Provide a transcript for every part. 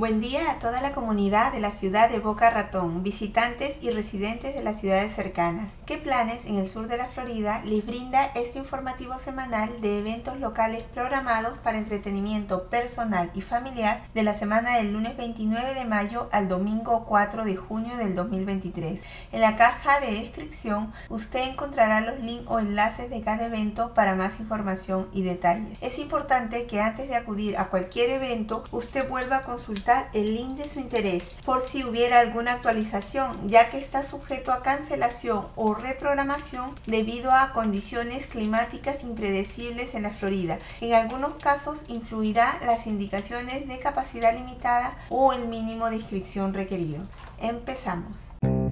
Buen día a toda la comunidad de la ciudad de Boca Ratón, visitantes y residentes de las ciudades cercanas. ¿Qué planes en el sur de la Florida les brinda este informativo semanal de eventos locales programados para entretenimiento personal y familiar de la semana del lunes 29 de mayo al domingo 4 de junio del 2023? En la caja de descripción usted encontrará los links o enlaces de cada evento para más información y detalles. Es importante que antes de acudir a cualquier evento usted vuelva a consultar el link de su interés por si hubiera alguna actualización, ya que está sujeto a cancelación o reprogramación debido a condiciones climáticas impredecibles en la Florida. En algunos casos influirá las indicaciones de capacidad limitada o el mínimo de inscripción requerido. Empezamos.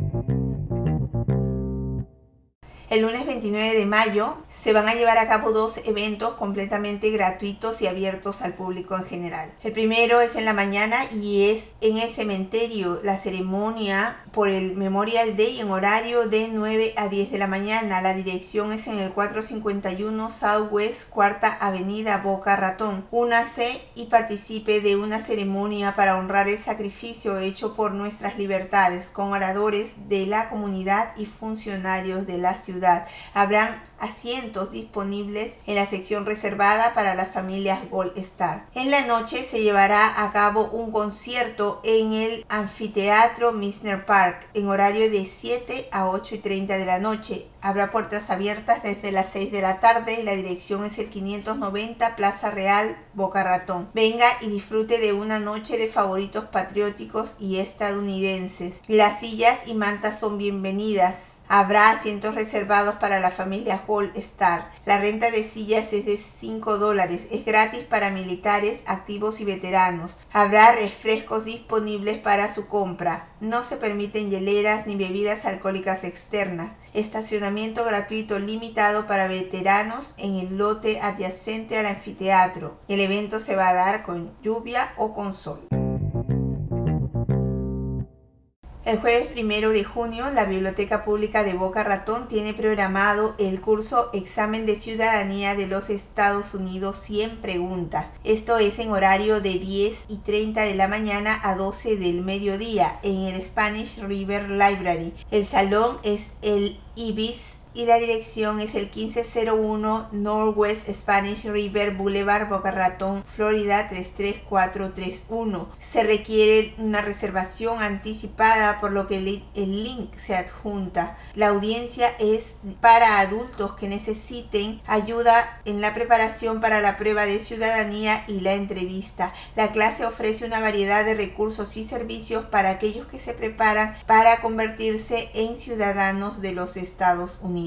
El lunes 29 de mayo se van a llevar a cabo dos eventos completamente gratuitos y abiertos al público en general. El primero es en la mañana y es en el cementerio, la ceremonia por el Memorial Day en horario de 9 a 10 de la mañana. La dirección es en el 451 Southwest 4ª Avenida, Boca Ratón. Únase y participe de una ceremonia para honrar el sacrificio hecho por nuestras libertades con oradores de la comunidad y funcionarios de la ciudad. Habrán asientos disponibles en la sección reservada para las familias Gold Star. En la noche se llevará a cabo un concierto en el anfiteatro Mizner Park en horario de 7 a 8:30 de la noche. Habrá puertas abiertas desde las 6 de la tarde y la dirección es el 590 Plaza Real, Boca Ratón. Venga y disfrute de una noche de favoritos patrióticos y estadounidenses. Las sillas y mantas son bienvenidas. Habrá asientos reservados para la familia Gold Star. La renta de sillas es de $5. Es gratis para militares, activos y veteranos. Habrá refrescos disponibles para su compra. No se permiten hieleras ni bebidas alcohólicas externas. Estacionamiento gratuito limitado para veteranos en el lote adyacente al anfiteatro. El evento se va a dar con lluvia o con sol. El jueves 1 de junio, la Biblioteca Pública de Boca Ratón tiene programado el curso Examen de Ciudadanía de los Estados Unidos 100 preguntas. Esto es en horario de 10:30 de la mañana a 12 del mediodía en el Spanish River Library. El salón es el Ibis y la dirección es el 1501 Northwest Spanish River Boulevard, Boca Ratón, Florida 33431. Se requiere una reservación anticipada, por lo que el link se adjunta. La audiencia es para adultos que necesiten ayuda en la preparación para la prueba de ciudadanía y la entrevista. La clase ofrece una variedad de recursos y servicios para aquellos que se preparan para convertirse en ciudadanos de los Estados Unidos.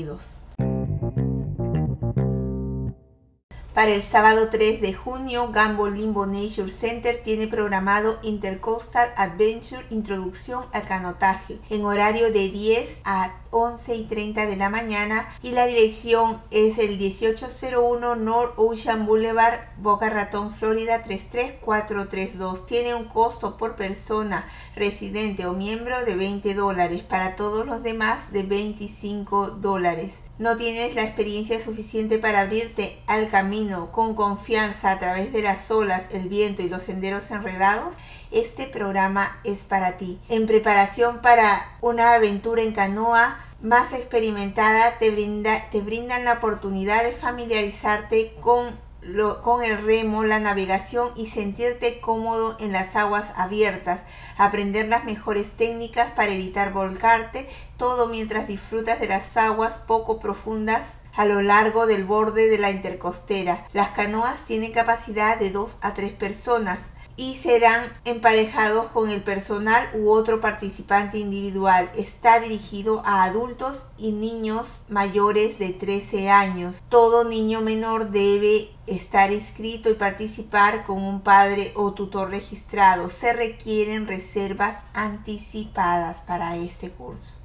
Para el sábado 3 de junio, Gumbo Limbo Nature Center tiene programado Intercoastal Adventure Introducción al Canotaje en horario de 10 a 11:30 de la mañana y la dirección es el 1801 North Ocean Boulevard, Boca Ratón, Florida 33432. Tiene un costo por persona, residente o miembro de $20. Para todos los demás de $25. ¿No tienes la experiencia suficiente para abrirte al camino con confianza a través de las olas, el viento y los senderos enredados? Este programa es para ti. En preparación para una aventura en canoa más experimentada, te brindan la oportunidad de familiarizarte con el remo, la navegación y sentirte cómodo en las aguas abiertas, aprender las mejores técnicas para evitar volcarte, todo mientras disfrutas de las aguas poco profundas a lo largo del borde de la intercostera. Las canoas tienen capacidad de 2 a 3 personas y serán emparejados con el personal u otro participante individual. Está dirigido a adultos y niños mayores de 13 años. Todo niño menor debe estar inscrito y participar con un padre o tutor registrado. Se requieren reservas anticipadas para este curso.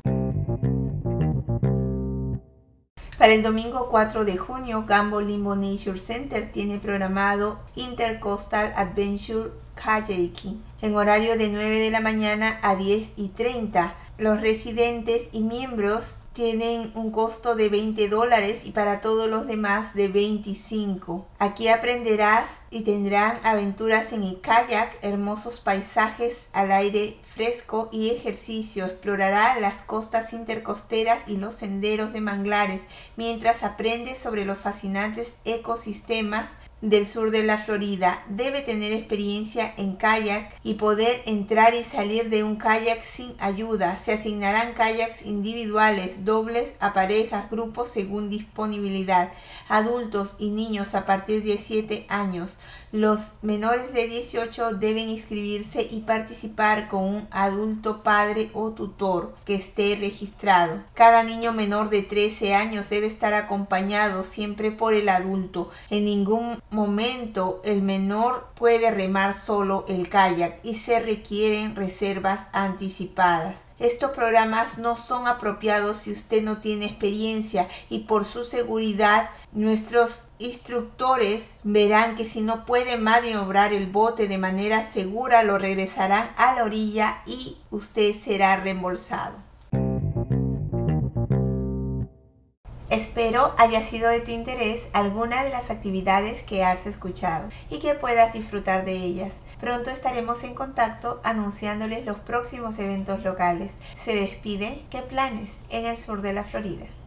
Para el domingo 4 de junio, Gumbo Limbo Nature Center tiene programado Intercoastal Adventure kayaking en horario de 9 de la mañana a 10:30. Los residentes y miembros tienen un costo de $20 y para todos los demás de $25. Aquí aprenderás y tendrán aventuras en el kayak, hermosos paisajes al aire fresco y ejercicio. Explorará las costas intercosteras y los senderos de manglares mientras aprendes sobre los fascinantes ecosistemas del sur de la Florida. Debe tener experiencia en kayak y poder entrar y salir de un kayak sin ayuda. Se asignarán kayaks individuales, dobles, a parejas, grupos según disponibilidad. Adultos y niños a partir de 7 años. Los menores de 18 deben inscribirse y participar con un adulto padre o tutor que esté registrado. Cada niño menor de 13 años debe estar acompañado siempre por el adulto. En ningún momento el menor puede remar solo el kayak y se requieren reservas anticipadas. Estos programas no son apropiados si usted no tiene experiencia y por su seguridad nuestros instructores verán que si no puede maniobrar el bote de manera segura lo regresarán a la orilla y usted será reembolsado. Espero haya sido de tu interés alguna de las actividades que has escuchado y que puedas disfrutar de ellas. Pronto estaremos en contacto anunciándoles los próximos eventos locales. Se despide Que Planes en el sur de la Florida.